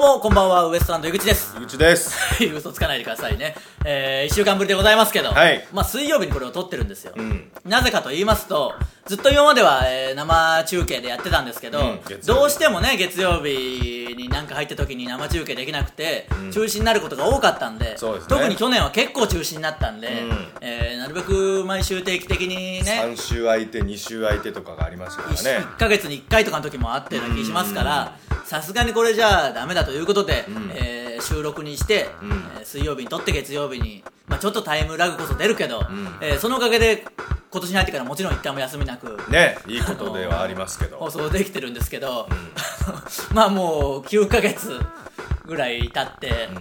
もこんばんは、ウエストランド井口です。 井口です。 嘘つかないでくださいね。1週間ぶりでございますけど、 はい、 水曜日にこれを撮ってるんですよ。なぜかと言いますと、ずっと今までは、生中継でやってたんですけど、どうしてもね、月曜日になんか入った時に生中継できなくて、中止になることが多かったんで、特に去年は結構中止になったんで、なるべく毎週定期的にね、 3週空いて2週空いてとかがありましたからね。 1ヶ月に1回とかの時もあったような気しますから、さすがにこれじゃあダメだということで、収録にして、水曜日に撮って月曜日に、ちょっとタイムラグこそ出るけど、そのおかげで今年に入ってからもちろん一回も休みなくね、いいことではありますけど放送できてるんですけど、もう9ヶ月ぐらい経って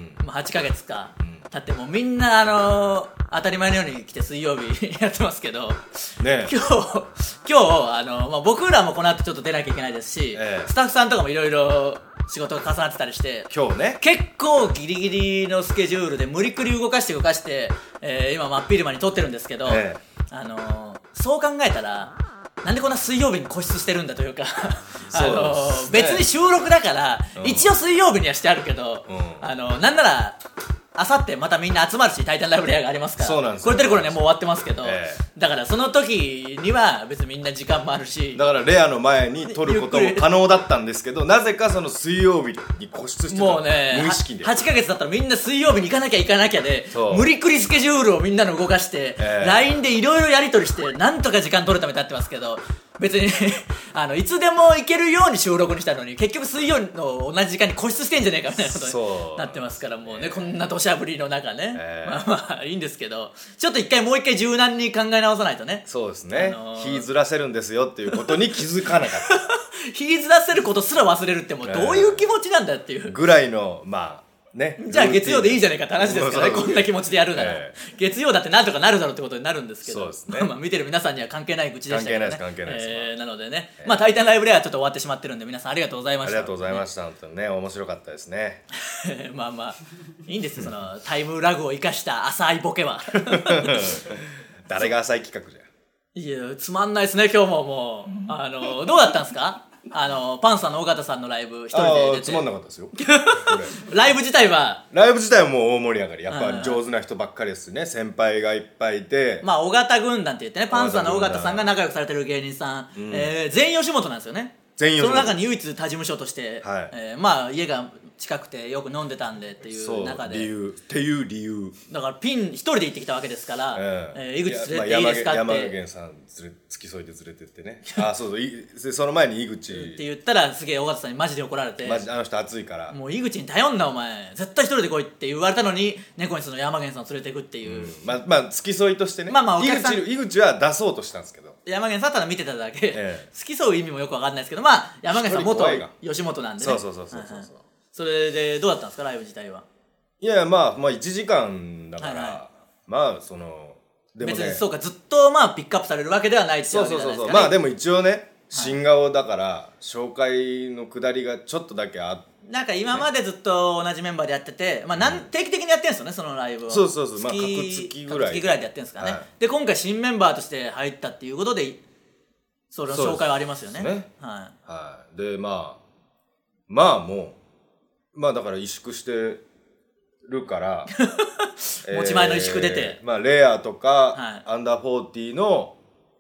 、8ヶ月か経って、もうみんな当たり前のように来て水曜日やってますけど、 ね、 今日僕らもこの後ちょっと出なきゃいけないですし、スタッフさんとかもいろいろ仕事が重なってたりして、 今日ね結構ギリギリのスケジュールで無理くり動かして、今真っ昼間に撮ってるんですけど、そう考えたらなんでこんな水曜日に固執してるんだというか別に収録だから、一応水曜日にはしてあるけど、なんならあさってまたみんな集まるし、タイタンライブレアがありますから、 そうなんですよ。 これ出る頃にはもう終わってますけど、だからその時には別にみんな時間もあるし、 だからレアの前に撮ることも可能だったんですけど、なぜかその水曜日に固執してた。 もうね、 無意識で 8ヶ月だったらみんな水曜日に行かなきゃで、無理くりスケジュールをみんなの動かして、LINE でいろいろやり取りしてなんとか時間取るためになってますけど、別にいつでも行けるように収録にしたのに、結局水曜の同じ時間に固執してんじゃねえかみたいなことになってますから、もうね、こんな土砂降りの中ね、いいんですけど、ちょっともう一回柔軟に考え直さないとね。 そうですね、日ずらせるんですよっていうことに気づかなかった日ずらせることすら忘れるって、もうどういう気持ちなんだっていうぐらいのね、 じゃあ月曜でいいじゃないかって話ですからね、こんな気持ちでやるなら、月曜だってなんとかなるだろうってことになるんですけど、 そうですね、 見てる皆さんには関係ない愚痴でしたけどね。 関係ないです、 なのでね、タイタンライブレアはちょっと終わってしまってるんで、皆さんありがとうございました。 ありがとうございました。本当にね、面白かったですね。 いいんですよ、そのタイムラグを生かした浅いボケは。 誰が浅い企画じゃ。 いや、つまんないですね今日も。もうどうだったんですか、パンサーの尾形さんのライブ一人で出て。 つまんなかったですよライブ自体はもう大盛り上がり、やっぱ上手な人ばっかりですね。先輩がいっぱいいて、 尾形軍団って言ってね、パンサーの尾形さんが仲良くされてる芸人さん、全員吉本なんですよね。その中に唯一他事務所として、家が近くてよく飲んでたんでっていう中で、 っていう理由だからピン一人で行ってきたわけですから、井口連れていいですかって、 山源さん付き添いで連れてってねその前に井口って言ったら、すげえ尾形さんにマジで怒られて、 マジあの人熱いから、 もう井口に頼んだお前絶対一人で来いって言われたのに、猫にその山源さんを連れていくっていう、 付き添いとしてね、井口は出そうとしたんですけど、 山源さんただ見てただけ、付き添う意味もよく分かんないですけど、山源さん元吉本なんでね。それでどうだったんですか、ライブ自体は。 いや1時間だから、 でもね、別にそうか、ずっとピックアップされるわけではないってわけじゃないですかね。 でも一応ね、新顔だから紹介のくだりがちょっとだけあって、 なんか今までずっと同じメンバーでやってて、定期的にやってるんですよね、そのライブを。 そう各月ぐらいでやってるんですかね。で今回新メンバーとして入ったっていうことで、その紹介はありますよね。 でもうだから萎縮してるから持ち前の萎縮出て、 レアとか、アンダー40の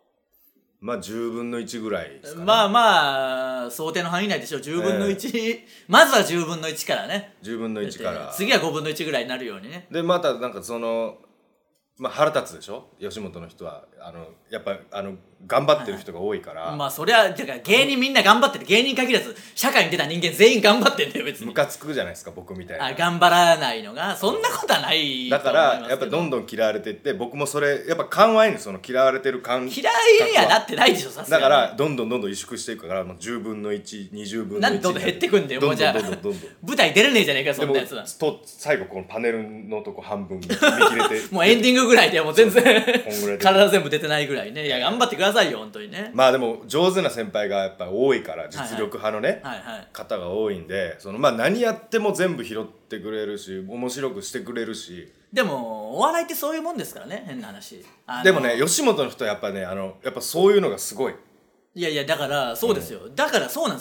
10分の1ぐらいですかね。 想定の範囲内でしょ。10分の1、まずは10分の1からね、 10分の1から次は5分の1ぐらいになるようにね。 でまたなんか腹立つでしょ、吉本の人は。やっぱ頑張ってる人が多いから、 そりゃだから芸人みんな頑張ってて、芸人限らず社会に出た人間全員頑張ってんだよ。別にムカつくじゃないですか、僕みたいな。 頑張らないのがそんなことはないと思いますけど。 だからやっぱどんどん嫌われていって、僕もそれやっぱ勘はいいんです、その嫌われてる感。 嫌いにはなってないでしょ、さすがに。 だからどんどん萎縮していくから、もう10分の1、20分の1、 なんでどんどん減ってくんだよ。もうじゃあ舞台出れねえじゃねえか、そんなやつは。 最後このパネルのとこ半分見切れてもうエンディングぐらいでもう全然体全部出てないぐらいね。いや頑張ってくださいよ本当にね。 でも上手な先輩がやっぱ多いから、実力派のね方が多いんで、何やっても全部拾ってくれるし、面白くしてくれるし。 でもお笑いってそういうもんですからね、変な話。 でもね、吉本の人はやっぱね、やっぱそういうのがすごい。 いやだからそうですよ、だからそうなんですよ。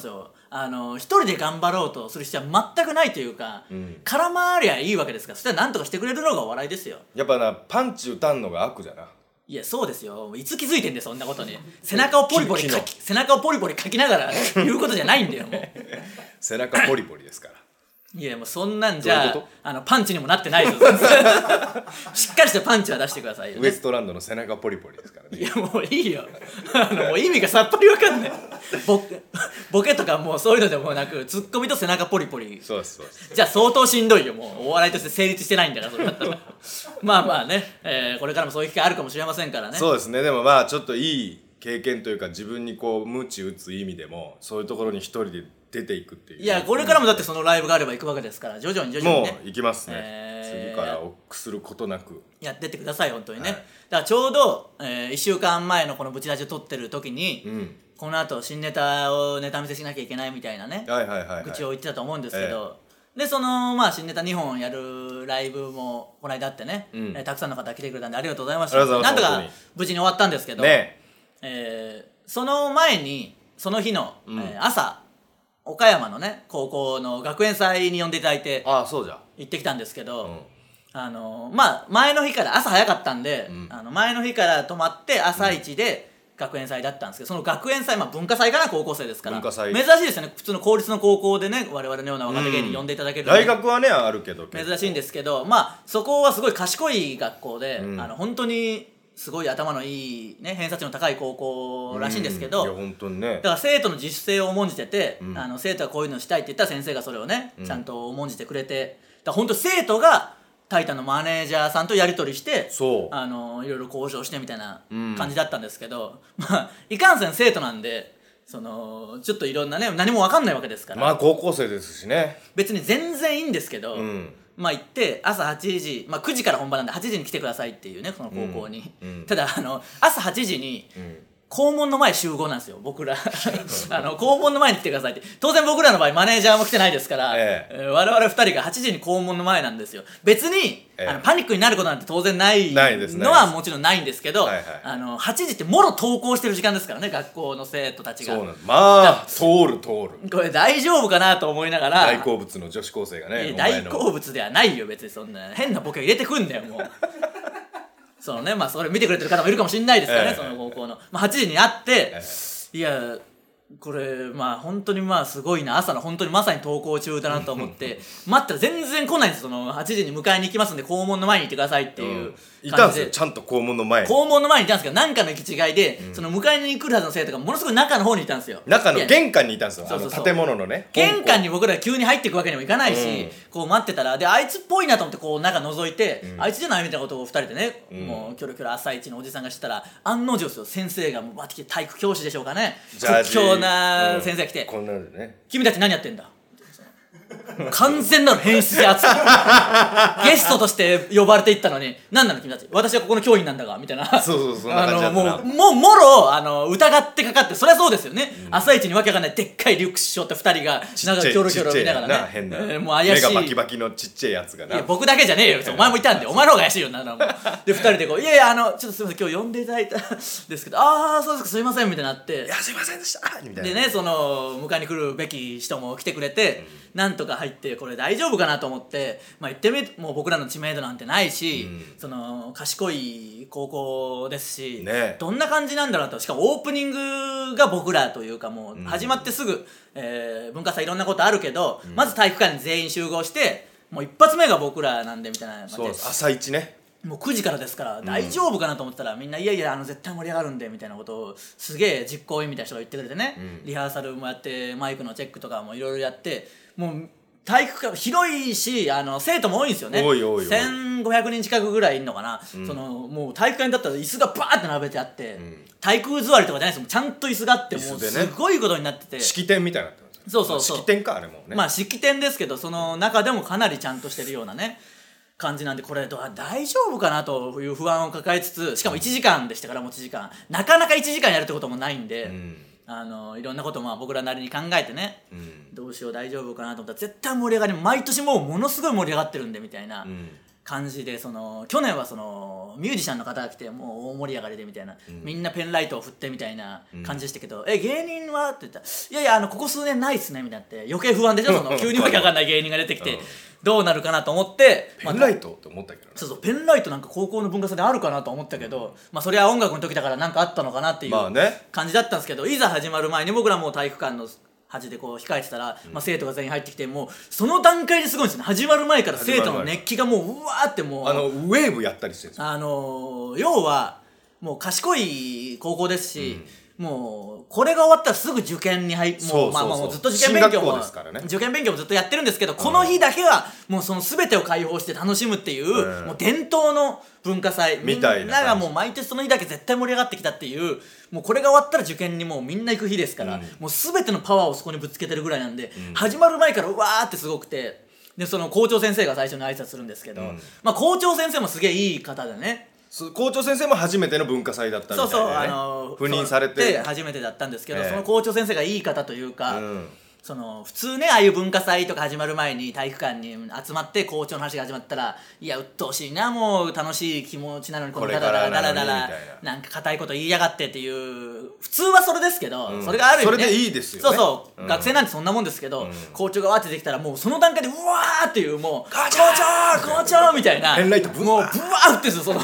一人で頑張ろうとする必要は全くないというか、絡まりゃいいわけですから、そしたら何とかしてくれるのがお笑いですよ。 やっぱな、パンチ打たんのが悪じゃな。 いやそうですよ、いつ気づいてんだよそんなことに。背中をポリポリかきながら言うことじゃないんだよもう背中ポリポリですから。 いやもうそんなんじゃパンチにもなってないですよしっかりしたパンチは出してくださいよ、ね、 ウエストランドの背中ポリポリですからね。 いやもういいよもう意味がさっぱりわかんないボケとかもうそういうのでもなく、ツッコミと背中ポリポリ。 そうですそうです。 じゃあ相当しんどいよ、もうお笑いとして成立してないんだからそれだったらまあまあね、これからもそういう機会あるかもしれませんからね。 そうですね。でもまあちょっといい経験というか、自分にこう鞭打つ意味でもそういうところに一人で出ていくっていう。 いやこれからもだってそのライブがあれば行くわけですから、徐々にねもう行きますね、次から臆することなくやってってください本当にね、はい、だからちょうど、1週間前のこのブチラジを撮ってる時に、この後新ネタをネタ見せしなきゃいけないみたいなね、口を言ってたと思うんですけど、でそのまあ新ネタ2本やるライブもこの間あってね、たくさんの方来てくれたんでありがとうございました。なんとか無事に終わったんですけど、その前にその日の、朝岡山のね高校の学園祭に呼んでいただいて行ってきたんですけど、まあ前の日から朝早かったんで、前の日から泊まって朝一で学園祭だったんですけど、その学園祭、まあ文化祭かな、高校生ですから珍しいですよね。普通の公立の高校でね我々のような若手芸人呼んでいただける、 大学はねあるけど珍しいんですけど、まあそこはすごい賢い学校で、本当にすごい頭のいいね偏差値の高い高校らしいんですけど、 いや本当にね、 だから生徒の自主性を重んじてて、生徒はこういうのしたいって言ったら先生がそれをね、ちゃんと重んじてくれて、だから本当生徒がタイタンのマネージャーさんとやり取りして、いろいろ交渉してみたいな感じだったんですけど、まあいかんせん生徒なんでちょっといろんなね何も分かんないわけですから、 まあ高校生ですしね、 別に全然いいんですけど、まあ行って朝8時、まあ9時から本番なんで8時に来てくださいっていうね、その高校に、ただ朝8時に、校門の前集合なんですよ僕ら校門の前に来てくださいって。当然僕らの場合マネージャーも来てないですから、我々2人が8時に校門の前なんですよ。別に、パニックになることなんて当然ないのはもちろんないんですけど、8時ってもろ登校してる時間ですからね、学校の生徒たちが。 そうなんです。まあ通るこれ大丈夫かなと思いながら、 大好物の女子高生がね、 大好物ではないよ別に、そんな変なボケを入れてくんだよもうそのね、まあそれ見てくれてる方もいるかもしれないですからね、その高校の、まあ、8時に会って、いやこれまあ本当にまあすごいな、朝の本当にまさに登校中だなと思って待ったら全然来ないんです。その8時に迎えに行きますんで校門の前に行ってくださいっていういたんですよ、ちゃんと校門の前にいたんですけど、何かの行き違いで、その迎えに来るはずの生徒がものすごい中の方にいたんですよ。 中の玄関にいたんですよ、建物のね玄関に僕ら急に入っていくわけにもいかないし、こう待ってたら、であいつっぽいなと思ってこう中覗いて、あいつじゃないみたいなことを2人でね、もうキョロキョロ朝一のおじさんがしてたら、案の定ですよ、先生がもうバッて来て、体育教師でしょうかね、屈強な先生が来て、 こんなんでね、 君たち何やってんだ完全なる変質扱いゲストとして呼ばれていったのに、何なの君たち、私はここの教員なんだがみたいな、 そんな感じだったな。 もろ疑ってかかって、そりゃそうですよね、朝一にわけわかんないでっかいリュックしょって2人がなんかキョロキョロ見ながらね、 変なもう怪しい目がバキバキのちっちゃいやつがな。 いや僕だけじゃねえよ、お前もいたんで、お前の方が怪しいよな。もうで2人でこう、いやいやちょっとすいません今日呼んでいただいたんですけど、ああそうですかすいませんみたいになって、 いやすいませんでしたみたいなでね、その迎えに来るべき人も来てくれて、なんとか入って、これ大丈夫かなと思って、まあ言ってみるともう僕らの知名度なんてないし、その賢い高校ですし、どんな感じなんだろうと。しかもオープニングが僕らというか、もう始まってすぐ、文化祭いろんなことあるけど、まず体育館に全員集合して、もう一発目が僕らなんでみたいな感じで、 そうです、朝一ね、 もう9時からですから大丈夫かなと思ったら、みんないやいや絶対盛り上がるんでみたいなことをすげえ実行委員みたいな人が言ってくれてね、リハーサルもやってマイクのチェックとかもいろいろやって、もう体育館広いし、生徒も多いんですよね。 おい 1500人近くぐらいいんのかな、そのもう体育館だったら椅子がバーって並べてあって、体育座りとかじゃないですよ、ちゃんと椅子があって、もうすごいことになってて、 式典みたいになってます。 そう式典かあれもね、 まあ式典ですけど、その中でもかなりちゃんとしてるようなね感じなんで、これ大丈夫かなという不安を抱えつつ、しかも1時間でしたから、持ち時間なかなか1時間やるってこともないんで、いろんなことを僕らなりに考えてね、どうしよう大丈夫かなと思ったら、絶対盛り上がり、毎年もうものすごい盛り上がってるんでみたいな感じで、去年はミュージシャンの方が来てもう大盛り上がりでみたいな、みんなペンライトを振ってみたいな感じでしたけど、芸人はって言ったらいやいやここ数年ないっすねみたいなって余計不安でしょ急にわけわかんない芸人が出てきてどうなるかなと思って、 ペンライトって思ったけどね。 そうペンライトなんか高校の文化祭であるかなと思ったけど、それは音楽の時だからなんかあったのかなっていう感じだったんですけど、いざ始まる前に僕らもう体育館の端でこう控えてたら、生徒が全員入ってきて、もうその段階ですごいんですよね。始まる前から生徒の熱気がもううわーってもうウェーブやったりしてるんですよ。要はもう賢い高校ですし、もうこれが終わったらすぐ受験に入もうずっと受験勉強も、受験勉強もずっとやってるんですけど、この日だけはもうその全てを解放して楽しむっていう、もう伝統の文化祭みんながもう毎年その日だけ絶対盛り上がってきたっていう、もうこれが終わったら受験にもうみんな行く日ですから、もう全てのパワーをそこにぶつけてるぐらいなんで、始まる前からうわーってすごくて、でその校長先生が最初に挨拶するんですけど、校長先生もすげえいい方でね、 校長先生も初めての文化祭だったみたいで、ね、赴任されて初めてだったんですけど、その校長先生がいい方というか、普通ね、ああいう文化祭とか始まる前に体育館に集まって校長の話が始まったら、いや鬱陶しいな、もう楽しい気持ちなのにこのダラダラダラダラなんか硬いこと言いやがってっていう、普通はそれですけど、それがある意味ね、 それでいいですよね。 学生なんてそんなもんですけど、校長がわってできたらもうその段階でうわーっていう、もう校長みたいな、 ペンライトもうブワーってですよ、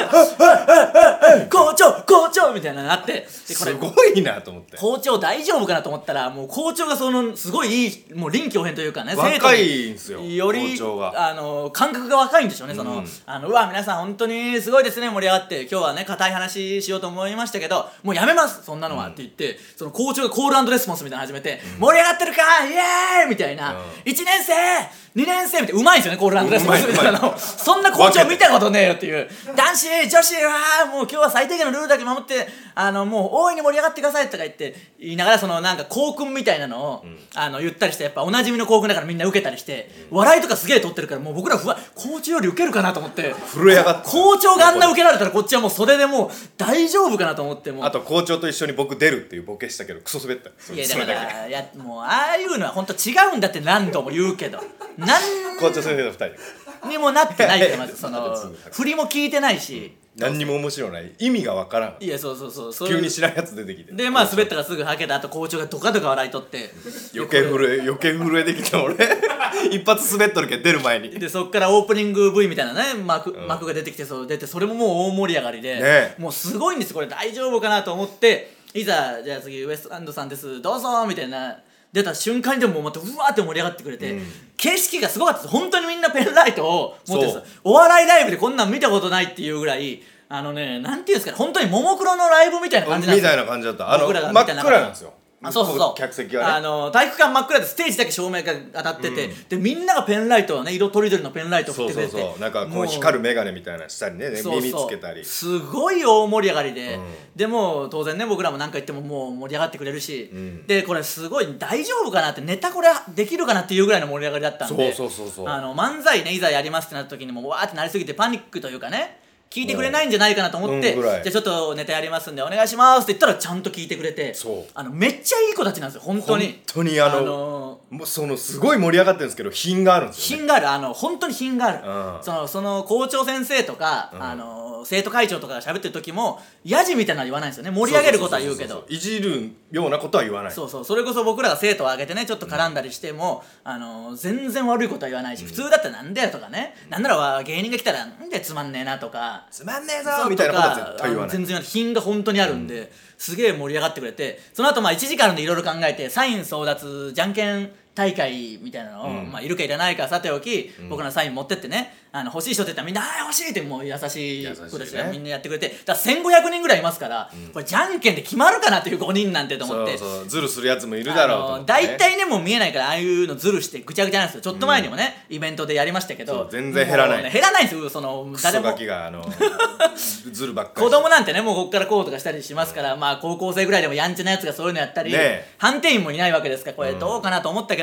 校長みたいななって、 すごいなと思って、 校長大丈夫かなと思ったら、もう校長がすごいいい、もう臨機応変というかね、 若いんですよ、 より感覚が若いんでしょうね。うわ皆さん本当にすごいですね、盛り上がって、今日はね固い話しようと思いましたけどもうやめますそんなのは、って言って、その校長がコール&レスポンスみたいなの始めて、盛り上がってるかイエーイみたいな、1年生2年生みたいな、うまいんですよねコール&レスポンスみたいなの。そんな校長見たことねえよっていう、男子女子はもう今日は最低限のルールだけ守って、もう大いに盛り上がってくださいとか言いながら、なんか校訓みたいなのを言ったりして、やっぱおなじみの校訓だからみんな受けたりして、笑いとかすげえ取ってるから、もう僕ら校長より受けるかなと思って、 震え上がって、 校長があんな受けられたらこっちはもうそれでもう大丈夫かなと思って、もあと校長と一緒に僕出るっていうボケしたけどクソ滑った。 いやだからもうああいうのは本当違うんだって何度も言うけど、 校長先生の2人にもなってないってまず振りも聞いてないし、 何にも面白ない意味がわからん。 いやそう急に知らんやつ出てきて、 で滑ったからすぐはけた。あと校長がドカドカ笑い取って、 余計震えてきた俺一発滑っとるけど出る前に。 でそっからオープニング V みたいなね幕が出てきて、出て、それももう大盛り上がりで、もうすごいんです。これ大丈夫かなと思って、いざじゃあ次ウエストランドさんですどうぞみたいな出た瞬間にでもまたうわーって盛り上がってくれて、景色がすごかったです。本当にみんなペンライトを持ってるんです。お笑いライブでこんなん見たことないっていうぐらい、なんていうんですかね、本当にももクロのライブみたいな感じなんですよ。 みたいな感じだった。真っ暗なんですよ。客席がね、 体育館真っ暗で、ステージだけ照明が当たってて、でみんながペンライトをね、色とりどりのペンライトを振ってくれて、 なんかこう光る眼鏡みたいな下にね耳つけたり、 すごい大盛り上がりで、でも当然ね僕らも何か言ってももう盛り上がってくれるし、でこれすごい大丈夫かなって、ネタこれできるかなっていうぐらいの盛り上がりだったんで、漫才ねいざやりますってなった時にもうわーってなりすぎてパニックというかね、聞いてくれないんじゃないかなと思って、じゃあちょっとネタやりますんでお願いしますって言ったらちゃんと聞いてくれて、めっちゃいい子たちなんですよ本当に。 もうすごい盛り上がってるんですけど、品があるんですよね。 品がある、本当に品がある。その校長先生とか、生徒会長とかが喋ってる時もヤジみたいなのは言わないんですよね。盛り上げることは言うけど、 いじるようなことは言わない。 それこそ僕らが生徒を挙げてねちょっと絡んだりしても、全然悪いことは言わないし、普通だったらなんだよとかね、なんなら芸人が来たらなんでつまんねえなとか、 つまんねえぞみたいなことは絶対言わない。 全然品が本当にあるんで、すげえ盛り上がってくれて、その後1時間あるんでいろいろ考えて、サイン争奪じゃんけん大会みたいなのを、いるかいらないかさておき、僕のサイン持ってってね、欲しい人って言ったらみんな「欲しい!」ってもう優しい子たちがみんなやってくれて、だから1500人ぐらいいますから、これじゃんけんで決まるかなっていう5人なんてと思って、 ズルするやつもいるだろうと思って、 大体ねもう見えないからああいうのズルしてぐちゃぐちゃなんですよ。ちょっと前にもね、イベントでやりましたけど、 全然減らない、 減らないんですよ。 クソガキがズルばっかり。 子供なんてねもうこっからこうとかしたりしますから、高校生ぐらいでもやんちゃなやつがそういうのやったり、判定員もいないわけですから、これどうかなと思ったけ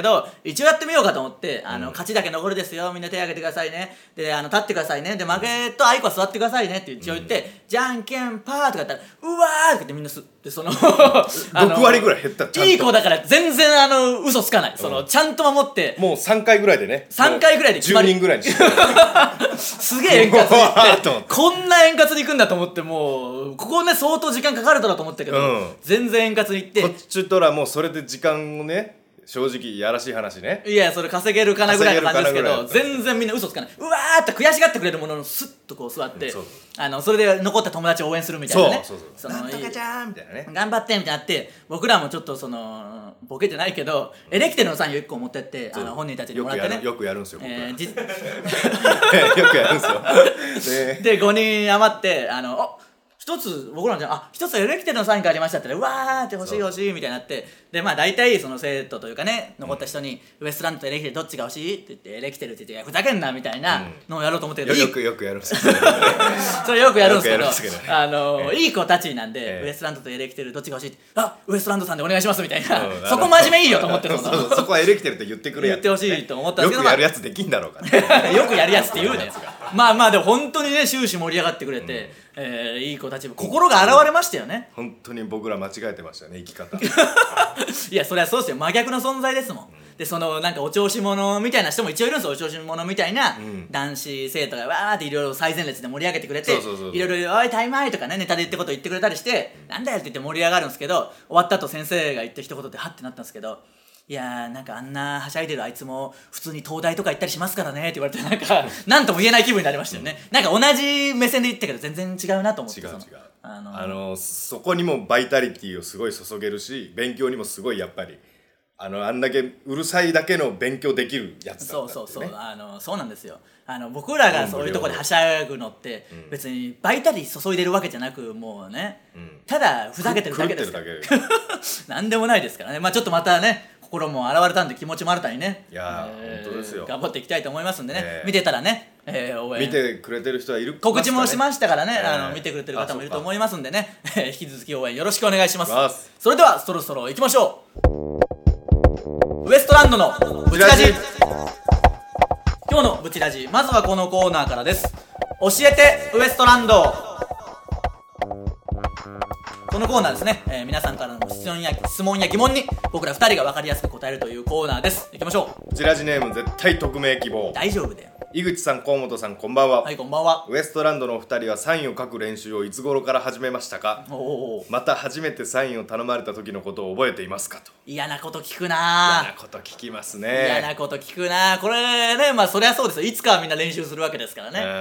ど一応やってみようかと思って、勝ちだけ残るですよ、みんな手挙げてくださいね、で立ってくださいね、で負けとあいこは座ってくださいねって一応言って、じゃんけんパーとかやったらうわーってみんなで 6割ぐらい減った。 いい子だから全然嘘つかない、ちゃんと守って、 もう3回ぐらいでね、 3回ぐらいで決まり10人ぐらいにしてすげえ円滑にいってこんな円滑にいくんだと思って、もうここね相当時間かかるだろうと思ったけど、全然円滑にいって、 こっちとらもうそれで時間をね、正直いやらしい話ね、 いやそれ稼げるかなぐらいの感じですけど、全然みんな嘘つかない、うわーって悔しがってくれるもののスッとこう座って、それで残った友達を応援するみたいなね、 なんとかちゃんみたいなね、 頑張ってみたいになって、僕らもちょっとボケてないけどエレキテルのサインを1個持ってって本人たちにもらってね、 よくやるんですよ、僕らよくやるんですよで5人余って一つ僕らの一つエレキテルのサインがありましたってうわーって欲しい欲しいみたいになって、で大体その生徒というかね残った人に、ウエストランドとエレキテルどっちが欲しいって言ってエレキテルって言ってふざけんなみたいなのをやろうと思ってるけど、 よくやるんですけどそれよくやるんですけどいい子たちなんで、ウエストランドとエレキテルどっちが欲しいってウエストランドさんでお願いしますみたいな、そこ真面目いいよと思ってそこはエレキテルって言ってくれや言ってほしいと思ったんですけど、 よくやるやつできんだろうかよくやるやつって言うねまあでも本当にね終始盛り上がってくれて、いい子たち心が現れましたよね。 本当に僕ら間違えてましたね、生き方いやそれはそうですよ、真逆の存在ですもん。でなんかお調子者みたいな人も一応いるんですよ、お調子者みたいな、男子生徒がわーっていろいろ最前列で盛り上げてくれて、いろいろ「おいタイムアウト」とかねネタで言ってこと言ってくれたりして「なんだよ」って言って盛り上がるんですけど、終わった後先生が言って一言でハッてなったんですけど、いやなんかあんなはしゃいでるあいつも普通に東大とか行ったりしますからねって言われて、なんとも言えない気分になりましたよね。なんか同じ目線で言ったけど全然違うなと思って。 違うそこにもバイタリティをすごい注げるし、勉強にもすごいやっぱりあんだけうるさいだけの勉強できるやつだったって、ね、 そうなんですよ。僕らがそういうところではしゃぐのって別にバイタリティ注いでるわけじゃなく、もうね、ただふざけてるだけですからなんでもないですからね。ちょっとまたね心も洗われたんで気持ちも新たにね、 いや本当ですよ、 頑張っていきたいと思いますんでね、見てたらね、応援見てくれてる人はいる、 告知もしましたからね、見てくれてる方もいると思いますんでね、引き続き応援よろしくお願いします。それではそろそろ行きましょう。ウエストランドのブチラジ。今日のブチラジ、まずはこのコーナーからです。教えてウエストランド。このコーナーですね、皆さんからの質問や疑問に僕ら2人が分かりやすく答えるというコーナーです。いきましょう。 ブチラジネーム絶対匿名希望。 大丈夫だよ。 井口さん、河本さん、こんばんは。 はい、こんばんは。 ウエストランドのお二人はサインを書く練習をいつ頃から始めましたか？また初めてサインを頼まれた時のことを覚えていますか？と。 嫌なこと聞くな。 嫌なこと聞きますね。 嫌なこと聞くな。これね、そりゃそうですよ。いつかはみんな練習するわけですからね。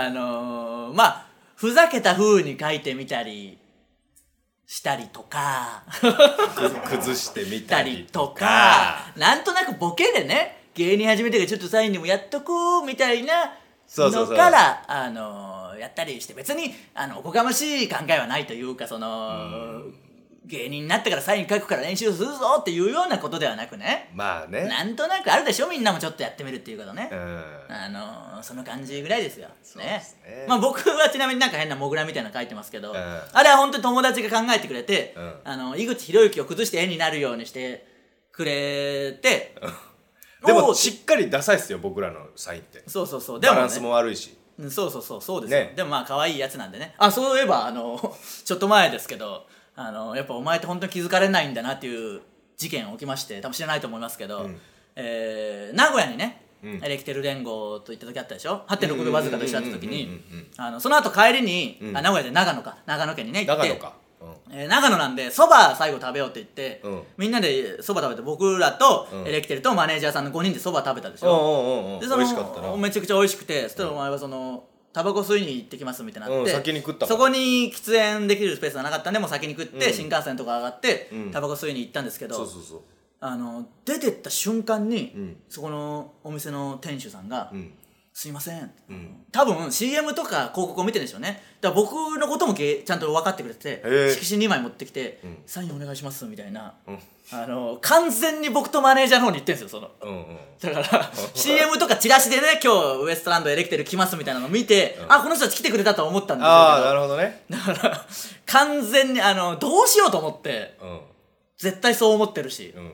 ふざけた風に書いてみたりしたりとか崩してみたりとか、なんとなくボケでね、芸人始めてからちょっとサインでもやっとこうみたいなのからやったりして、別におこがましい考えはないというか、芸人になってからサイン書くから練習するぞっていうようなことではなくね、なんとなくあるでしょ、みんなもちょっとやってみるっていうことね、その感じぐらいですよね。僕はちなみになんか変なモグラみたいなの書いてますけど、あれは本当に友達が考えてくれて、井口博之を崩して絵になるようにしてくれてでもしっかりダサいっすよ、僕らのサインって。 そうバランスも悪いし。 そうですよ、でも可愛いやつなんでね。そういえばちょっと前ですけど、やっぱお前って本当に気づかれないんだなっていう事件起きまして、多分知らないと思いますけど、名古屋にね、エレキテル連合と行った時あったでしょ。 8.6 度わずかと一緒だった時に、その後帰りに、名古屋で長野県にね行って、長野なんで蕎麦最後食べようって言って、みんなで蕎麦食べて、僕らとエレキテルとマネージャーさんの5人で蕎麦食べたでしょ。で美味しかったな。 めちゃくちゃ美味しくて、そしたらお前はタバコ吸いに行ってきますみたいになって、 先に食った。 そこに喫煙できるスペースがなかったんで、もう先に食って、新幹線とか上がってタバコ吸いに行ったんですけど、出てった瞬間に、そこのお店の店主さんがすいません、多分 CM とか広告を見てるんでしょうね。だから僕のこともちゃんと分かってくれてて、色紙2枚持ってきて、サインお願いしますみたいな、完全に僕とマネージャーの方に言ってるんですよ。だから CM とかチラシでね、今日ウエストランドエレキテル来ますみたいなのを見て、この人たち来てくれたと思ったんですけど、 なるほどね。 だから完全にどうしようと思って、絶対そう思ってるし、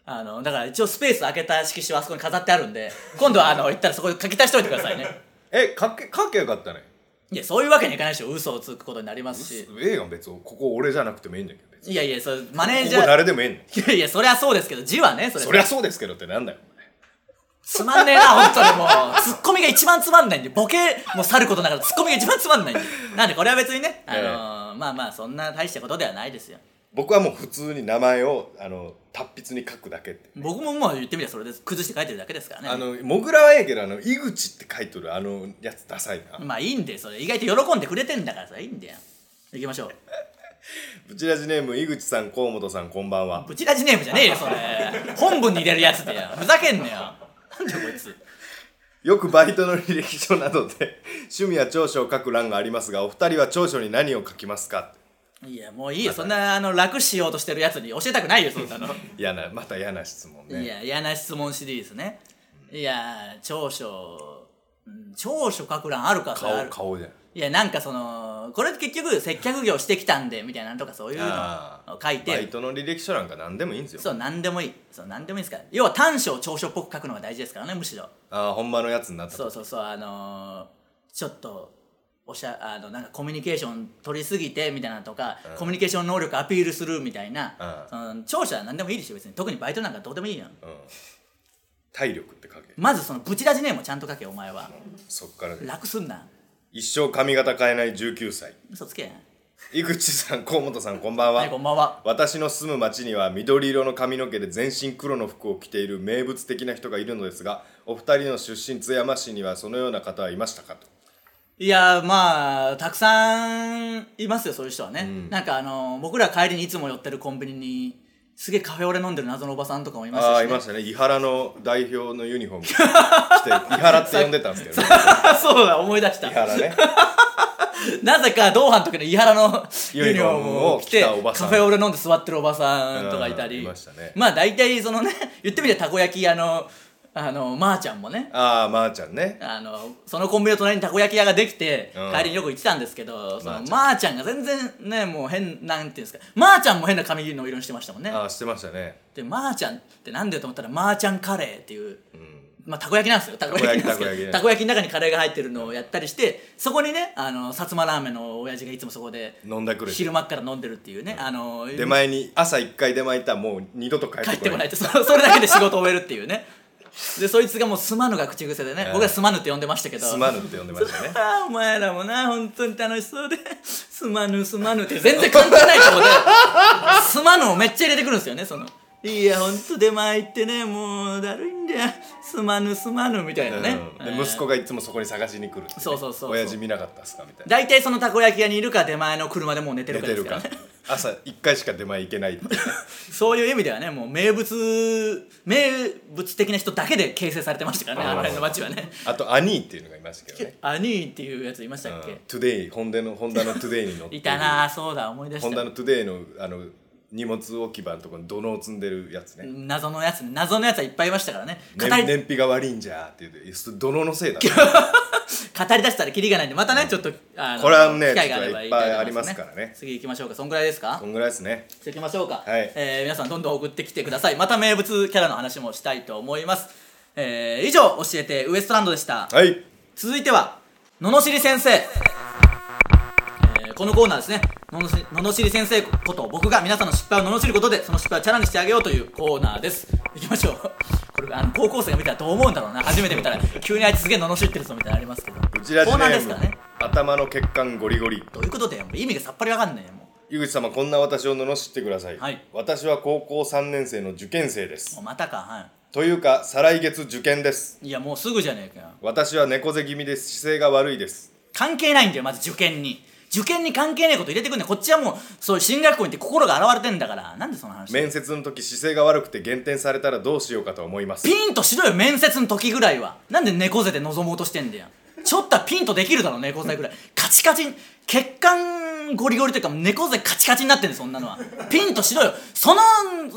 だから一応スペース空けた色紙はあそこに飾ってあるんで、今度は行ったらそこで書き足しといてくださいね。 書けよかったね。 いや、そういうわけにいかないでしょ。嘘をつくことになりますし。 映画別にここ俺じゃなくてもいいんだけど。 いやいや、それマネージャーここ誰でもいいの。いやいや、そりゃそうですけど、字はね、 そりゃそうですけどってなんだよ。 つまんねえな、本当にもう。ツッコミが一番つまんないんで、ボケもさることながらツッコミが一番つまんないんで。なんでこれは別にね、まあまあ、そんな大したことではないですよ。 僕はもう普通に名前を達筆に書くだけって。 僕ももう言ってみればそれで崩して書いてるだけですからね。 モグラはええけど井口って書いとるやつダサいな。 まあいいんで、それ意外と喜んでくれてんだからさ、いいんだよ。行きましょう。 ブチラジネーム井口さん、河本さん、こんばんは。 ブチラジネームじゃねえよそれ。本文に入れるやつでや、ふざけんなよ。なんでこいつ。 よくバイトの履歴書などで趣味や長所を書く欄がありますが、お二人は長所に何を書きますか。 いやもういいよ、そんな楽しようとしてるやつに教えたくないよ、そんなの。 また嫌な質問ね。 いや、嫌な質問シリーズね。いや、長所書く欄あるか。 顔じゃん。 いや、なんかこれ結局接客業してきたんでみたいなとか、そういうのを書いて。 バイトの履歴書なんか何でもいいんですよ。 そう、何でもいいですから。要は短所長所っぽく書くのが大事ですからね、むしろ。 本場のやつになった。 そうちょっとなんかコミュニケーション取りすぎてみたいなとか、コミュニケーション能力アピールするみたいな、長所は何でもいいでしょ別に。特にバイトなんかどうでもいいやん。 体力って書け。 まずブチラジネームをちゃんと書け、お前は。 そっからね。 楽すんな。 一生髪型変えない19歳。 嘘つけ。 井口さん、河本さん、こんばんは。 はい、こんばんは。 私の住む町には緑色の髪の毛で全身黒の服を着ている名物的な人がいるのですが、お二人の出身津山市にはそのような方はいましたかと。 いや、まあたくさんいますよ、そういう人はね。なんか僕ら帰りにいつも寄ってるコンビニにすげえカフェオレ飲んでる謎のおばさんとかもいましたし、ね。 いましたね。伊原の代表のユニフォーム着て伊原って呼んでたんですけど、ね、 そうだ、思い出した。 伊原ね。 なぜか同伴の時の伊原のユニフォームを着てカフェオレ飲んで座ってるおばさんとかいたり、 いましたね。 まあ大体言ってみればたこ焼き屋のまーちゃんもね、 まーちゃんね、 そのコンビニの隣にたこ焼き屋ができて、帰りによく行ってたんですけど、まーちゃんが全然ね、もうなんていうんですか、まーちゃんも変な髪の色にしてましたもんね。 してましたね。 でまーちゃんってなんでと思ったら、まーちゃんカレーっていう、まあたこ焼きなんですよ。たこ焼きなんですけど、たこ焼きの中にカレーが入ってるのをやったりして、そこにね、薩摩ラーメンの親父がいつもそこで飲んだくれ、 昼間から飲んでるっていうね、 出前に朝1回出前行ったらもう二度と帰ってこないってそれだけで仕事を終えるっていうね。でそいつがもうすまぬが口癖でね、僕はすまぬって呼んでましたけど、 すまぬって呼んでましたね。 お前らもな本当に楽しそうですまぬって全然関係ないとこですまぬをめっちゃ入れてくるんですよね。いやほんと出前行ってね、もうだるいんだよ、すまぬみたいなね、 で息子がいつもそこに探しに来るって、ね、 そう親父見なかったっすかみたいな。 大体そのたこ焼き屋にいるか出前の車でもう寝てるかですからね。 朝1回しか出前行けないって、ね、 そういう意味ではね、もう名物的な人だけで形成されてましたからね、あの辺の街はね。 あとアニーっていうのがいましたけどね。 アニーっていうやついましたっけ。 トゥデイ、ホンダのトゥデイに乗っていたな、そうだ、思い出した。 ホンダのトゥデイの荷物置き場のところに土のを積んでるやつね。 謎のやつはいっぱいいましたからね。 燃費が悪いんじゃーって言って、土ののせいだ、ね、 語り出したらキリがないんで、またね、ちょっとこれはね、 機会があればいっぱいありますからね。 次行きましょうか。そんぐらいですか。 そんぐらいですね。 行きましょうか。 はい。 皆さんどんどん送ってきてください。また名物キャラの話もしたいと思います。以上、教えてウエストランドでした。 はい。 続いては罵り先生。このコーナーですね、罵り先生こと僕が皆さんの失敗を罵ることで、その失敗をチャラにしてあげようというコーナーです。いきましょう。これ高校生が見たらどう思うんだろうな。初めて見たら急にあいつすげえ罵ってるぞみたいなのありますけど、 うちらジネコーナーでームすからね。 頭の血管ゴリゴリ。 どういうことで意味がさっぱりわかんないよ。も井口様、こんな私を罵ってください。 はい。 私は高校3年生の受験生です。 またか。はい。 というか再来月受験です。 いやもうすぐじゃねえかよ。 私は猫背気味で姿勢が悪いです。 関係ないんだよ、まず受験に関係ないこと入れてくんねん。こっちはもうそういう進学校に行って心が現れてんだから。なんでその話。 面接の時姿勢が悪くて減点されたらどうしようかと思います。 ピンとしろよ、面接の時ぐらいは。なんで猫背で臨もうとしてんだよ。ちょっとはピンとできるだろ、猫背ぐらい。カチカチ血管ゴリゴリというか猫背カチカチになってんだよ、そんなのは。ピンとしろよ。その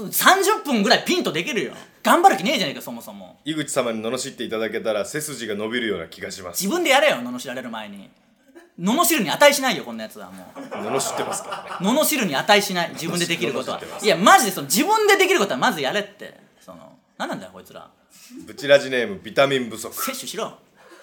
30分ぐらいピンとできるよ。頑張る気ねえじゃねえか、そもそも。 井口様に罵っていただけたら背筋が伸びるような気がします。 自分でやれよ、罵られる前に。罵るに値しないよ、こんなやつは。もう罵ってますからね。 罵るに値しない、自分でできることは。いやマジで自分でできることはまずやれって。 何なんだよこいつら。 ブチラジネームビタミン不足。 摂取しろ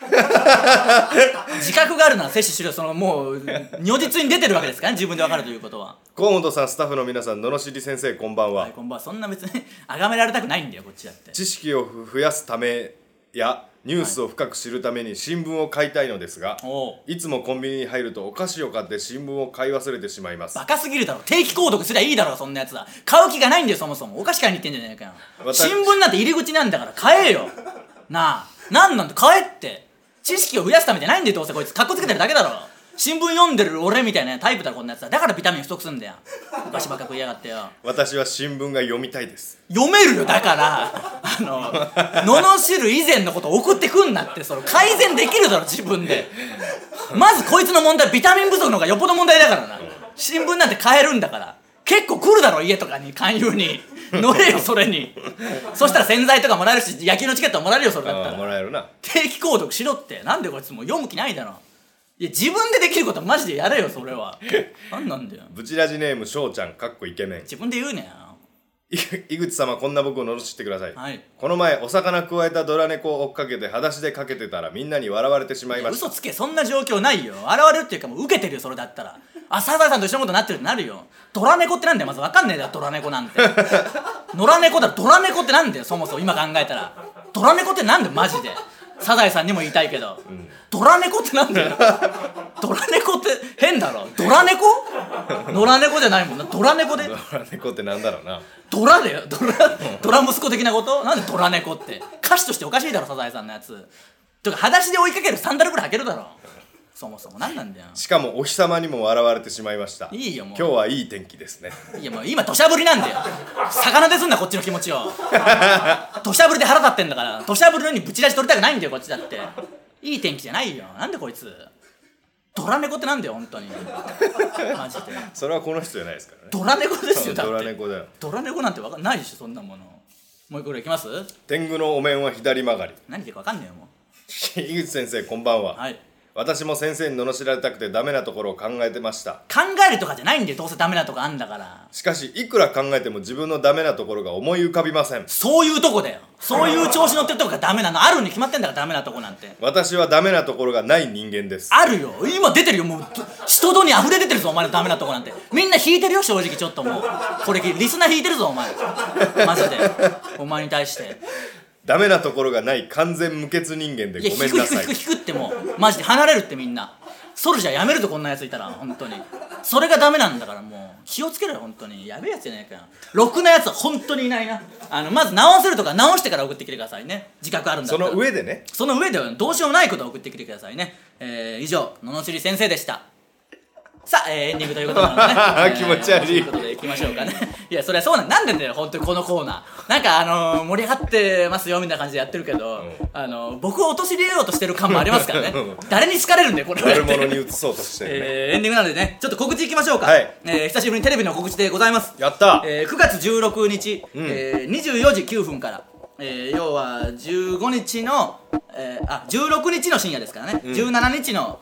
自覚があるなら摂取しろ。もう如実に出てるわけですからね、自分で分かるということは。 河本さん、スタッフの皆さん、ののしり先生、こんばんは。 はい、こんばんは。そんな別に崇められたくないんだよこっちだって。 知識を増やすためやニュースを深く知るために新聞を買いたいのですが、いつもコンビニに入るとお菓子を買って新聞を買い忘れてしまいます。 バカすぎるだろ。定期購読すりゃいいだろそんなやつは。買う気がないんだよそもそも。お菓子買いに行ってんじゃねえかよ。新聞なんて入り口なんだから買えよなあ。なんなんだ買えって。知識を増やすためじゃないんだよどうせこいつ。カッコつけてるだけだろ。新聞読んでる俺みたいなタイプだろこんなやつは。だからビタミン不足すんだよ。お菓子ばっか食いやがってよ。 私は新聞が読みたいです。 読めるよ。だから罵る以前のことを送ってくんなって。改善できるだろ自分で。まずこいつの問題、ビタミン不足の方がよっぽど問題だからな。新聞なんて買えるんだから。結構来るだろ家とかに勧誘に乗れよそれに。そしたら洗剤とかもらえるし野球のチケットもらえるよそれだったら。 もらえるな。 定期購読しろって。なんでこいつもう読む気ないだろ。いや自分でできることはマジでやれよそれは。なんなんだよ。 ブチラジネームしょうちゃんかっこイケメン。 自分で言うねや。 井口様、こんな僕を罵ってください、 はい、 この前お魚くわえたドラ猫を追っかけて裸足でかけてたらみんなに笑われてしまいました。 嘘つけ。そんな状況ないよ。笑われるっていうかもう受けてるよそれだったら。サザエさんと一緒のことになってるってなるよ。ドラ猫ってなんだよ。まず分かんねえだよドラ猫なんて。野良猫だ。ドラ猫ってなんだよそもそも。今考えたらドラ猫ってなんだよマジで。サザエさんにも言いたいけど、ドラ猫ってなんだよドラ猫って変だろ。ドラ猫野良猫じゃないもんな。ドラ猫で。 ドラ猫ってなんだろうな。 ドラだよ。ドラ息子的なこと。なんでドラ猫って。歌詞としておかしいだろサザエさんのやつ。とか裸足で追いかけるサンダルぐらい履けるだろそもそも。なんなんだよ。 しかもお日様にも笑われてしまいました。 いいよもう。 今日はいい天気ですね。 いやもう今土砂降りなんだよ。魚ですんなこっちの気持ちを土砂降りで腹立ってんだから。土砂降りのようにぶち出し取りたくないんだよこっちだって。いい天気じゃないよ。なんでこいつドラ猫ってなんだよ本当にマジで。 それはこの人じゃないですからね。 ドラ猫ですよ。だってドラ猫だよ。 ドラ猫なんてわかんないでしょそんなもの。もう一個ぐらいいきます。 天狗のお面は左曲がり。 何言ってるかわかんねえよもう井口先生こんばんは。 はい。 私も先生に罵られたくてダメなところを考えてました。 考えるとかじゃないんでどうせダメなとこあんだから。 しかしいくら考えても自分のダメなところが思い浮かびません。 そういうとこだよ。そういう調子乗ってるとこがダメなの。あるに決まってんだからダメなとこなんて。 私はダメなところがない人間です。 あるよ。今出てるよもう。人戸に溢れ出てるぞお前のダメなとこなんて。みんな引いてるよ正直。ちょっともうこれリスナー引いてるぞお前マジでお前に対して。 ダメなところがない完全無欠人間でごめんなさい。 引くってもうマジで離れるってみんな。ソルジャーやめるとこんなやついたら本当に。それがダメなんだからもう気をつけろよ本当に。やべえやつじゃねえかよ。ろくなやつは本当にいないな。まず直せるとか直してから送ってきてくださいね。自覚あるんだったら。 その上でね。 その上ではどうしようもないことを送ってきてくださいね。以上罵り先生でした。さあ、エンディングということなのでね気持ち悪いということでいきましょうかねいやそれはそうなんでだよ本当にこのコーナーなんか盛り上がってますよみたいな感じでやってるけど、僕を陥れようとしてる感もありますからね誰に好かれるんでこれは悪者に移そうとしてるねエンディングなのでねちょっと告知いきましょうか、 はい。 久しぶりにテレビの告知でございます。 やった、 9月16日、24時9分から、要は15日の、16日の深夜ですからね、17日の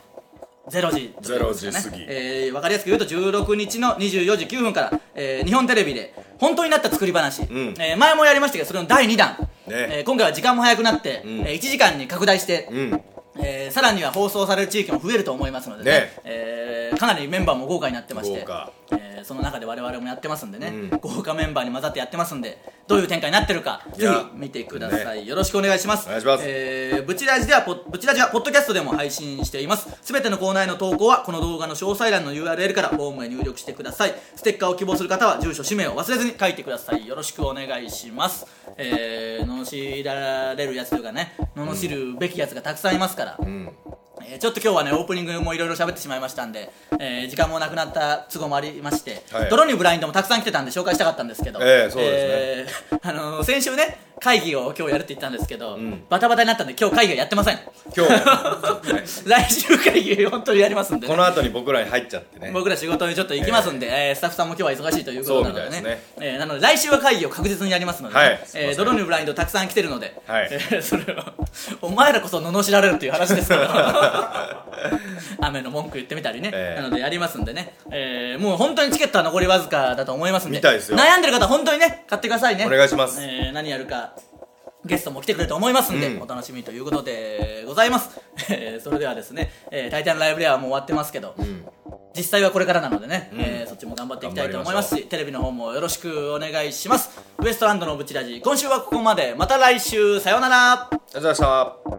0時 0時過ぎ、 分かりやすく言うと16日の24時9分から、日本テレビで本当になった作り話、前もやりましたけどそれの第2弾、ね今回は時間も早くなって、1時間に拡大して、さらには放送される地域も増えると思いますのでね、かなりメンバーも豪華になってまして、その中で我々もやってますんでね、豪華メンバーに混ざってやってますんでどういう展開になってるかぜひ見てください、よろしくお願いします。 お願いします。 ブチラジはポッドキャストでも配信しています。すべてのコーナーへの投稿はこの動画の詳細欄の URL からフォームへ入力してください。ステッカーを希望する方は住所氏名を忘れずに書いてください。よろしくお願いします。罵られるやつというかね罵るべきやつがたくさんいますから、ちょっと今日はねオープニングもいろいろ喋ってしまいましたんで、時間もなくなった都合もありまして、泥にブラインドもたくさん来てたんで紹介したかったんですけど、 そうですね、 先週ね会議を今日やるって言ったんですけど、バタバタになったんで今日会議はやってません。 今日来週会議本当にやりますんで、ね、 この後に僕らに入っちゃってね僕ら仕事にちょっと行きますんで、スタッフさんも今日は忙しいということなのでね、 ねなので来週は会議を確実にやりますので、ね泥にブラインドたくさん来てるので、それをお前らこそ罵られるっていう話ですから雨の文句言ってみたりね、なのでやりますんでね、もう本当にチケットは残りわずかだと思いますんで、 みたいですよ。 悩んでる方本当にね買ってくださいね。 お願いします。 何やるかゲストも来てくれると思いますんで、お楽しみということでございます。それではですね、大体のライブではもう終わってますけど、実際はこれからなのでね、そっちも頑張っていきたいと思いますし、テレビの方もよろしくお願いします。ウエストランドのブチラジ、今週はここまで。また来週、さようなら。 ありがとうございました。